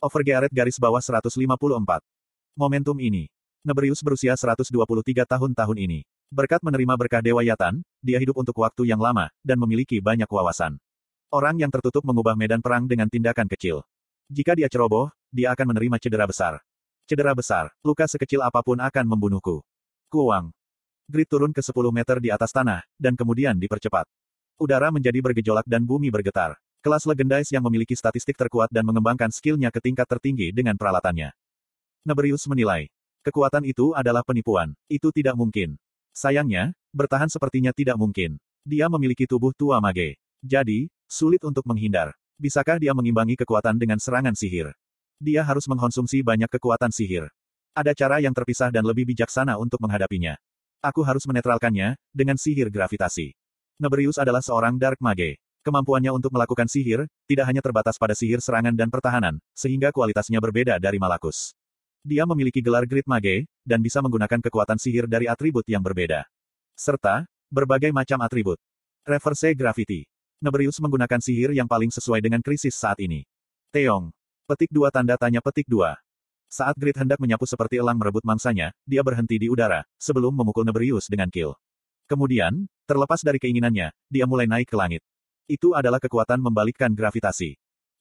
Overgeared garis bawah 154. Momentum ini. Nebrius berusia 123 tahun ini. Berkat menerima berkah Dewa Yatan, dia hidup untuk waktu yang lama, dan memiliki banyak wawasan. Orang yang tertutup mengubah medan perang dengan tindakan kecil. Jika dia ceroboh, dia akan menerima cedera besar. Cedera besar, luka sekecil apapun akan membunuhku. Kuang. Grid turun ke 10 meter di atas tanah, dan kemudian dipercepat. Udara menjadi bergejolak dan bumi bergetar. Kelas Legendais yang memiliki statistik terkuat dan mengembangkan skillnya ke tingkat tertinggi dengan peralatannya. Nebrius menilai. Kekuatan itu adalah penipuan. Itu tidak mungkin. Sayangnya, bertahan sepertinya tidak mungkin. Dia memiliki tubuh tua mage. Jadi, sulit untuk menghindar. Bisakah dia mengimbangi kekuatan dengan serangan sihir? Dia harus mengkonsumsi banyak kekuatan sihir. Ada cara yang terpisah dan lebih bijaksana untuk menghadapinya. Aku harus menetralkannya, dengan sihir gravitasi. Nebrius adalah seorang Dark Mage. Kemampuannya untuk melakukan sihir, tidak hanya terbatas pada sihir serangan dan pertahanan, sehingga kualitasnya berbeda dari Malakus. Dia memiliki gelar Great Mage, dan bisa menggunakan kekuatan sihir dari atribut yang berbeda. Serta, berbagai macam atribut. Reverse Gravity. Nebrius menggunakan sihir yang paling sesuai dengan krisis saat ini. Teong. Petik 2 tanda tanya petik 2. Saat Grid hendak menyapu seperti elang merebut mangsanya, dia berhenti di udara, sebelum memukul Nebrius dengan kill. Kemudian, terlepas dari keinginannya, dia mulai naik ke langit. Itu adalah kekuatan membalikkan gravitasi.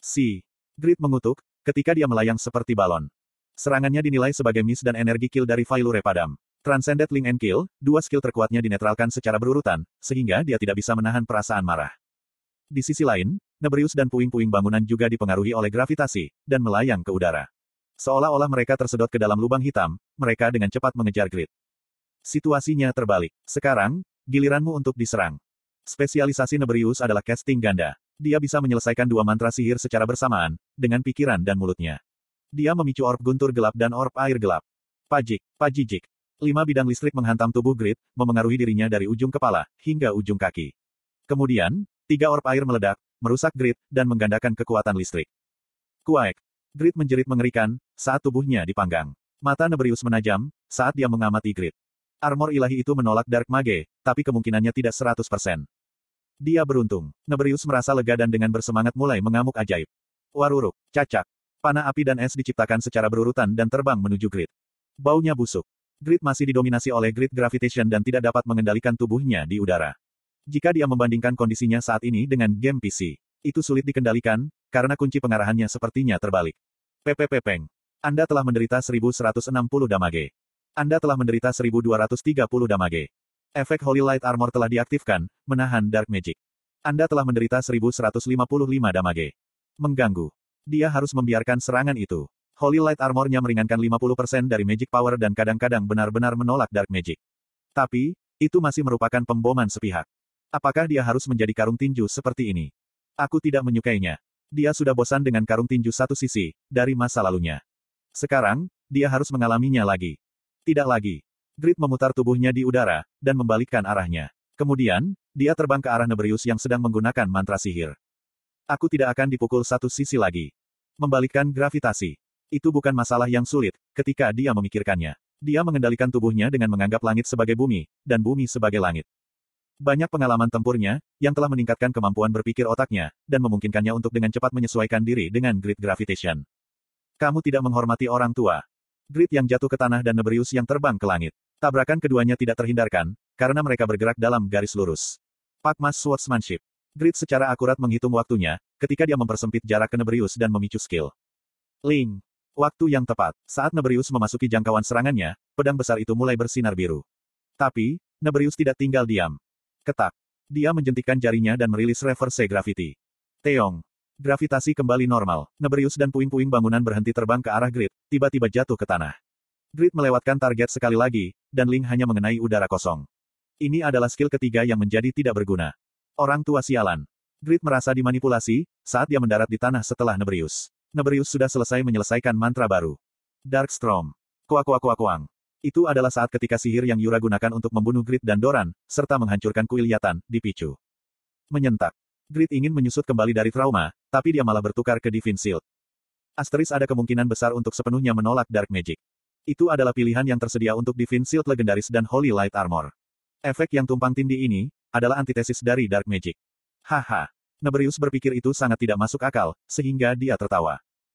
Grid mengutuk, ketika dia melayang seperti balon. Serangannya dinilai sebagai miss dan energi kill dari Failure padam. Transcended Link and Kill, dua skill terkuatnya dinetralkan secara berurutan, sehingga dia tidak bisa menahan perasaan marah. Di sisi lain, Nebrius dan puing-puing bangunan juga dipengaruhi oleh gravitasi, dan melayang ke udara. Seolah-olah mereka tersedot ke dalam lubang hitam, mereka dengan cepat mengejar Grid. Situasinya terbalik. Sekarang, giliranmu untuk diserang. Spesialisasi Nebrius adalah casting ganda. Dia bisa menyelesaikan dua mantra sihir secara bersamaan, dengan pikiran dan mulutnya. Dia memicu orb guntur gelap dan orb air gelap. Pajijik. 5 bidang listrik menghantam tubuh Grid, memengaruhi dirinya dari ujung kepala, hingga ujung kaki. Kemudian, 3 orb air meledak, merusak Grid, dan menggandakan kekuatan listrik. Kuaek. Grid menjerit mengerikan, saat tubuhnya dipanggang. Mata Nebrius menajam, saat dia mengamati Grid. Armor ilahi itu menolak Dark Mage, tapi kemungkinannya tidak 100%. Dia beruntung. Nebrius merasa lega dan dengan bersemangat mulai mengamuk ajaib. Waruruk, cacak. Panah api dan es diciptakan secara berurutan dan terbang menuju Grid. Baunya busuk. Grid masih didominasi oleh Grid Gravitation dan tidak dapat mengendalikan tubuhnya di udara. Jika dia membandingkan kondisinya saat ini dengan game PC, itu sulit dikendalikan, karena kunci pengarahannya sepertinya terbalik. Peng. Anda telah menderita 1160 damage. Anda telah menderita 1230 damage. Efek Holy Light Armor telah diaktifkan, menahan Dark Magic. Anda telah menderita 1155 damage. Mengganggu. Dia harus membiarkan serangan itu. Holy Light Armor-nya meringankan 50% dari Magic Power dan kadang-kadang benar-benar menolak Dark Magic. Tapi, itu masih merupakan pemboman sepihak. Apakah dia harus menjadi karung tinju seperti ini? Aku tidak menyukainya. Dia sudah bosan dengan karung tinju satu sisi, dari masa lalunya. Sekarang, dia harus mengalaminya lagi. Tidak lagi. Grid memutar tubuhnya di udara, dan membalikkan arahnya. Kemudian, dia terbang ke arah Nebrius yang sedang menggunakan mantra sihir. Aku tidak akan dipukul satu sisi lagi. Membalikkan gravitasi. Itu bukan masalah yang sulit, ketika dia memikirkannya. Dia mengendalikan tubuhnya dengan menganggap langit sebagai bumi, dan bumi sebagai langit. Banyak pengalaman tempurnya, yang telah meningkatkan kemampuan berpikir otaknya, dan memungkinkannya untuk dengan cepat menyesuaikan diri dengan Grid Gravitation. Kamu tidak menghormati orang tua. Grid yang jatuh ke tanah dan Nebrius yang terbang ke langit. Tabrakan keduanya tidak terhindarkan, karena mereka bergerak dalam garis lurus. Pakmas Swordsmanship. Grid secara akurat menghitung waktunya, ketika dia mempersempit jarak ke Nebrius dan memicu skill. Ling. Waktu yang tepat. Saat Nebrius memasuki jangkauan serangannya, pedang besar itu mulai bersinar biru. Tapi, Nebrius tidak tinggal diam. Ketak. Dia menjentikkan jarinya dan merilis reverse gravity. Teong. Gravitasi kembali normal. Nebrius dan puing-puing bangunan berhenti terbang ke arah Grid, tiba-tiba jatuh ke tanah. Grid melewatkan target sekali lagi, dan Ling hanya mengenai udara kosong. Ini adalah skill ketiga yang menjadi tidak berguna. Orang tua sialan. Grid merasa dimanipulasi, saat dia mendarat di tanah setelah Nebrius. Nebrius sudah selesai menyelesaikan mantra baru. Darkstrom. Kuang. Itu adalah saat ketika sihir yang Yura gunakan untuk membunuh Grid dan Doran, serta menghancurkan kuil Yatan, dipicu. Menyentak. Grid ingin menyusut kembali dari trauma, tapi dia malah bertukar ke Divine Shield. Asteris ada kemungkinan besar untuk sepenuhnya menolak Dark Magic. Itu adalah pilihan yang tersedia untuk Divine Shield legendaris dan Holy Light Armor. Efek yang tumpang tindih ini, adalah antitesis dari Dark Magic. Haha. Nebrius berpikir itu sangat tidak masuk akal, sehingga dia tertawa.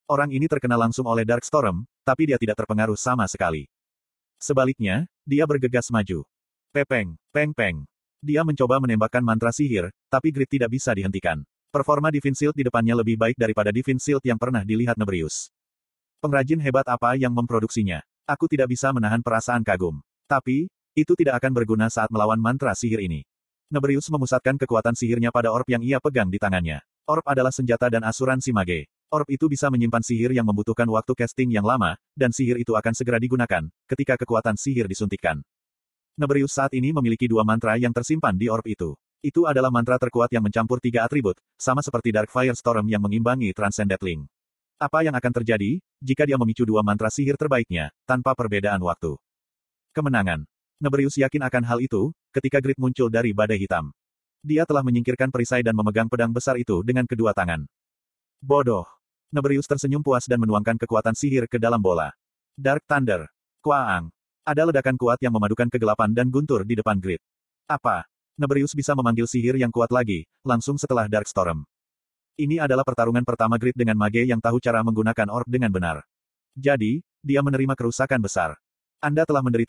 Orang ini terkena langsung oleh Darkstorm, tapi dia tidak terpengaruh sama sekali. Sebaliknya, dia bergegas maju. Pepeng, peng peng. Dia mencoba menembakkan mantra sihir, tapi Grid tidak bisa dihentikan. Performa Divine Shield di depannya lebih baik daripada Divine Shield yang pernah dilihat Nebrius. Pengrajin hebat apa yang memproduksinya? Aku tidak bisa menahan perasaan kagum. Tapi, itu tidak akan berguna saat melawan mantra sihir ini. Nebrius memusatkan kekuatan sihirnya pada orb yang ia pegang di tangannya. Orb adalah senjata dan asuransi mage. Orb itu bisa menyimpan sihir yang membutuhkan waktu casting yang lama, dan sihir itu akan segera digunakan, ketika kekuatan sihir disuntikkan. Nebrius saat ini memiliki dua mantra yang tersimpan di orb itu. Itu adalah mantra terkuat yang mencampur tiga atribut, sama seperti Dark Firestorm yang mengimbangi Transcendent Link. Apa yang akan terjadi, jika dia memicu dua mantra sihir terbaiknya, tanpa perbedaan waktu? Kemenangan. Nebrius yakin akan hal itu, ketika Grid muncul dari badai hitam. Dia telah menyingkirkan perisai dan memegang pedang besar itu dengan kedua tangan. Bodoh. Nebrius tersenyum puas dan menuangkan kekuatan sihir ke dalam bola. Dark Thunder. Kwaang. Ada ledakan kuat yang memadukan kegelapan dan guntur di depan Grid. Apa? Nebrius bisa memanggil sihir yang kuat lagi, langsung setelah Darkstorm. Ini adalah pertarungan pertama Grid dengan mage yang tahu cara menggunakan orb dengan benar. Jadi, dia menerima kerusakan besar. Anda telah menderita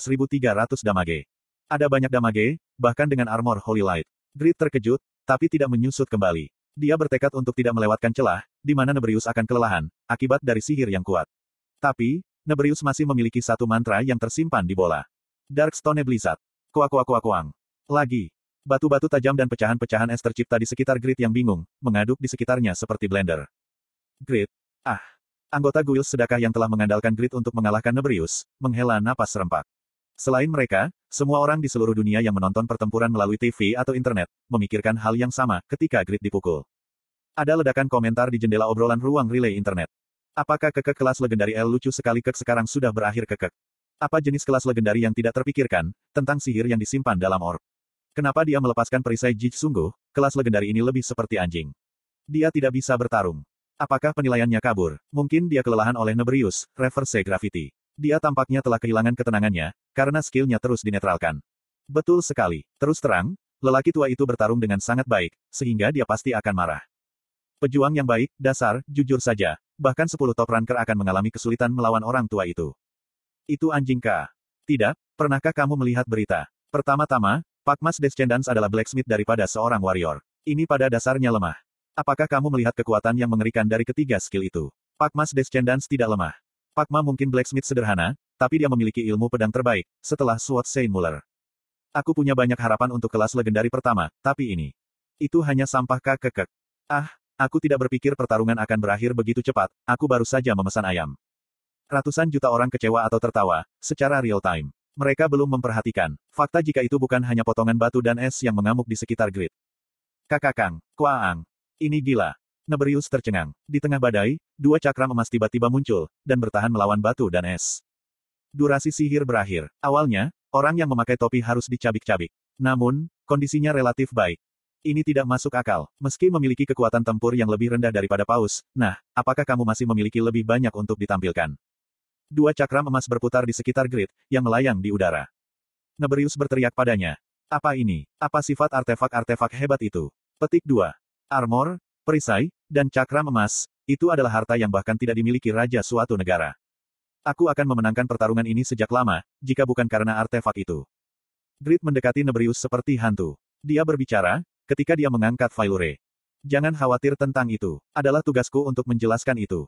14.300 damage. Ada banyak damage, bahkan dengan armor Holy Light. Grid terkejut, tapi tidak menyusut kembali. Dia bertekad untuk tidak melewatkan celah, di mana Nebrius akan kelelahan, akibat dari sihir yang kuat. Tapi, Nebrius masih memiliki satu mantra yang tersimpan di bola. Darkstone Blizzard. Kuak-kuak-kuak-kuang. Lagi. Batu-batu tajam dan pecahan-pecahan es tercipta di sekitar Grid yang bingung, mengaduk di sekitarnya seperti blender. Grid. Ah. Anggota Guild Sedekah yang telah mengandalkan Grid untuk mengalahkan Nebrius, menghela napas serempak. Selain mereka, semua orang di seluruh dunia yang menonton pertempuran melalui TV atau internet, memikirkan hal yang sama ketika Grid dipukul. Ada ledakan komentar di jendela obrolan ruang relay internet. Apakah kekek kelas legendari L lucu sekali kek sekarang sudah berakhir kekek? Apa jenis kelas legendari yang tidak terpikirkan, tentang sihir yang disimpan dalam orb? Kenapa dia melepaskan perisai Jij sungguh, kelas legendari ini lebih seperti anjing. Dia tidak bisa bertarung. Apakah penilaiannya kabur? Mungkin dia kelelahan oleh Nebrius, reverse gravity. Dia tampaknya telah kehilangan ketenangannya, karena skillnya terus dinetralkan. Betul sekali. Terus terang, lelaki tua itu bertarung dengan sangat baik, sehingga dia pasti akan marah. Pejuang yang baik, dasar, jujur saja. Bahkan 10 top ranker akan mengalami kesulitan melawan orang tua itu. Itu anjing kah? Tidak, pernahkah kamu melihat berita? Pertama-tama, Pakmas Descendants adalah blacksmith daripada seorang warrior. Ini pada dasarnya lemah. Apakah kamu melihat kekuatan yang mengerikan dari ketiga skill itu? Pakmas Descendants tidak lemah. Pakma mungkin blacksmith sederhana, tapi dia memiliki ilmu pedang terbaik, setelah Sword Saint Muller. Aku punya banyak harapan untuk kelas legendari pertama, tapi ini. Itu hanya sampah kekek. Ah, aku tidak berpikir pertarungan akan berakhir begitu cepat, aku baru saja memesan ayam. Ratusan juta orang kecewa atau tertawa, secara real time. Mereka belum memperhatikan fakta jika itu bukan hanya potongan batu dan es yang mengamuk di sekitar Grid. Kakakang, Kwaang. Ini gila. Nebrius tercengang. Di tengah badai, dua cakram emas tiba-tiba muncul, dan bertahan melawan batu dan es. Durasi sihir berakhir. Awalnya, orang yang memakai topi harus dicabik-cabik. Namun, kondisinya relatif baik. Ini tidak masuk akal. Meski memiliki kekuatan tempur yang lebih rendah daripada paus, nah, apakah kamu masih memiliki lebih banyak untuk ditampilkan? Dua cakram emas berputar di sekitar Grid, yang melayang di udara. Nebrius berteriak padanya. Apa ini? Apa sifat artefak-artefak hebat itu? Petik 2. Armor, perisai, dan cakram emas, itu adalah harta yang bahkan tidak dimiliki raja suatu negara. Aku akan memenangkan pertarungan ini sejak lama, jika bukan karena artefak itu. Grid mendekati Nebrius seperti hantu. Dia berbicara, ketika dia mengangkat Failure. Jangan khawatir tentang itu. Adalah tugasku untuk menjelaskan itu.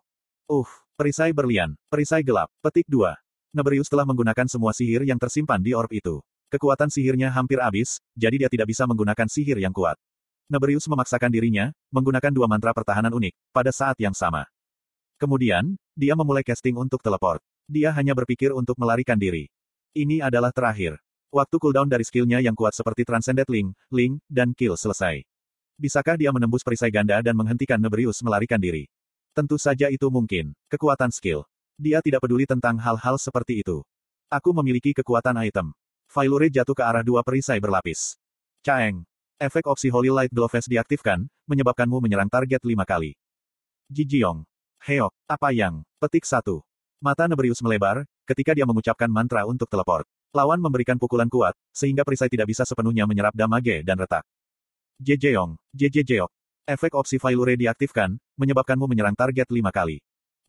Perisai berlian, perisai gelap. Petik 2. Nebrius telah menggunakan semua sihir yang tersimpan di orb itu. Kekuatan sihirnya hampir habis, jadi dia tidak bisa menggunakan sihir yang kuat. Nebrius memaksakan dirinya, menggunakan dua mantra pertahanan unik, pada saat yang sama. Kemudian, dia memulai casting untuk teleport. Dia hanya berpikir untuk melarikan diri. Ini adalah terakhir. Waktu cooldown dari skillnya yang kuat seperti Transcendent Link, dan Kill selesai. Bisakah dia menembus perisai ganda dan menghentikan Nebrius melarikan diri? Tentu saja itu mungkin. Kekuatan skill. Dia tidak peduli tentang hal-hal seperti itu. Aku memiliki kekuatan item. Failure jatuh ke arah dua perisai berlapis. Caeng. Efek opsi Holy Light Gloves diaktifkan, menyebabkanmu menyerang target 5 kali. Jijiong. Heok. Apa yang? Petik 1. Mata Nebrius melebar, ketika dia mengucapkan mantra untuk teleport. Lawan memberikan pukulan kuat, sehingga perisai tidak bisa sepenuhnya menyerap damage dan retak. Jejeong. Jejejeok. Efek opsi Failure diaktifkan, menyebabkanmu menyerang target 5 kali.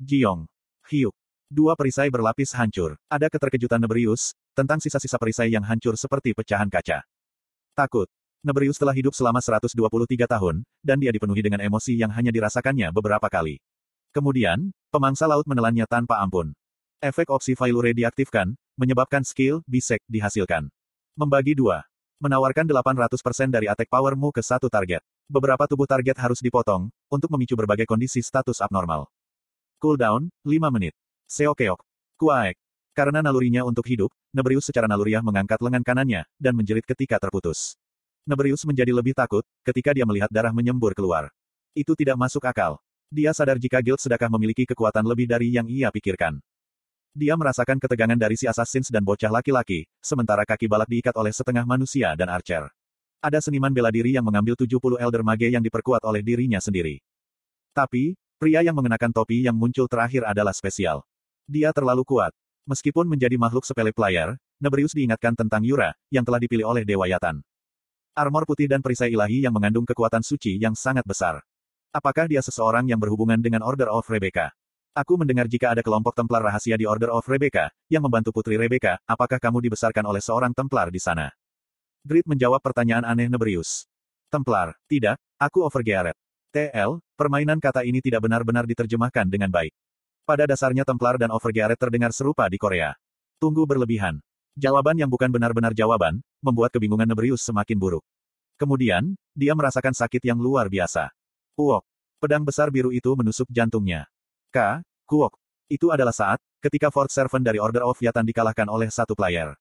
Jiong. Hyuk. Dua perisai berlapis hancur. Ada keterkejutan Nebrius, tentang sisa-sisa perisai yang hancur seperti pecahan kaca. Takut. Nebrius telah hidup selama 123 tahun, dan dia dipenuhi dengan emosi yang hanya dirasakannya beberapa kali. Kemudian, pemangsa laut menelannya tanpa ampun. Efek opsi Failure diaktifkan, menyebabkan skill Bisect dihasilkan. Membagi dua. Menawarkan 800% dari attack powermu ke satu target. Beberapa tubuh target harus dipotong, untuk memicu berbagai kondisi status abnormal. Cooldown, 5 menit. Seokeok. Kuaek. Karena nalurinya untuk hidup, Nebrius secara naluriah mengangkat lengan kanannya, dan menjerit ketika terputus. Nebrius menjadi lebih takut, ketika dia melihat darah menyembur keluar. Itu tidak masuk akal. Dia sadar jika Guild Sedekah memiliki kekuatan lebih dari yang ia pikirkan. Dia merasakan ketegangan dari si Assassins dan bocah laki-laki, sementara kaki balak diikat oleh setengah manusia dan archer. Ada seniman bela diri yang mengambil 70 Elder Mage yang diperkuat oleh dirinya sendiri. Tapi, pria yang mengenakan topi yang muncul terakhir adalah spesial. Dia terlalu kuat. Meskipun menjadi makhluk sepele player, Nebrius diingatkan tentang Yura, yang telah dipilih oleh Dewa Yatan. Armor putih dan perisai ilahi yang mengandung kekuatan suci yang sangat besar. Apakah dia seseorang yang berhubungan dengan Order of Rebecca? Aku mendengar jika ada kelompok Templar rahasia di Order of Rebecca, yang membantu Putri Rebecca, apakah kamu dibesarkan oleh seorang Templar di sana? Grid menjawab pertanyaan aneh Nebrius. Templar, tidak, aku Overgearet. TL, permainan kata ini tidak benar-benar diterjemahkan dengan baik. Pada dasarnya Templar dan Overgearet terdengar serupa di Korea. Tunggu berlebihan. Jawaban yang bukan benar-benar jawaban, membuat kebingungan Nebrius semakin buruk. Kemudian, dia merasakan sakit yang luar biasa. Uok. Pedang besar biru itu menusuk jantungnya. Kuok. Itu adalah saat, ketika Fort Servant dari Order of Yatan dikalahkan oleh satu player.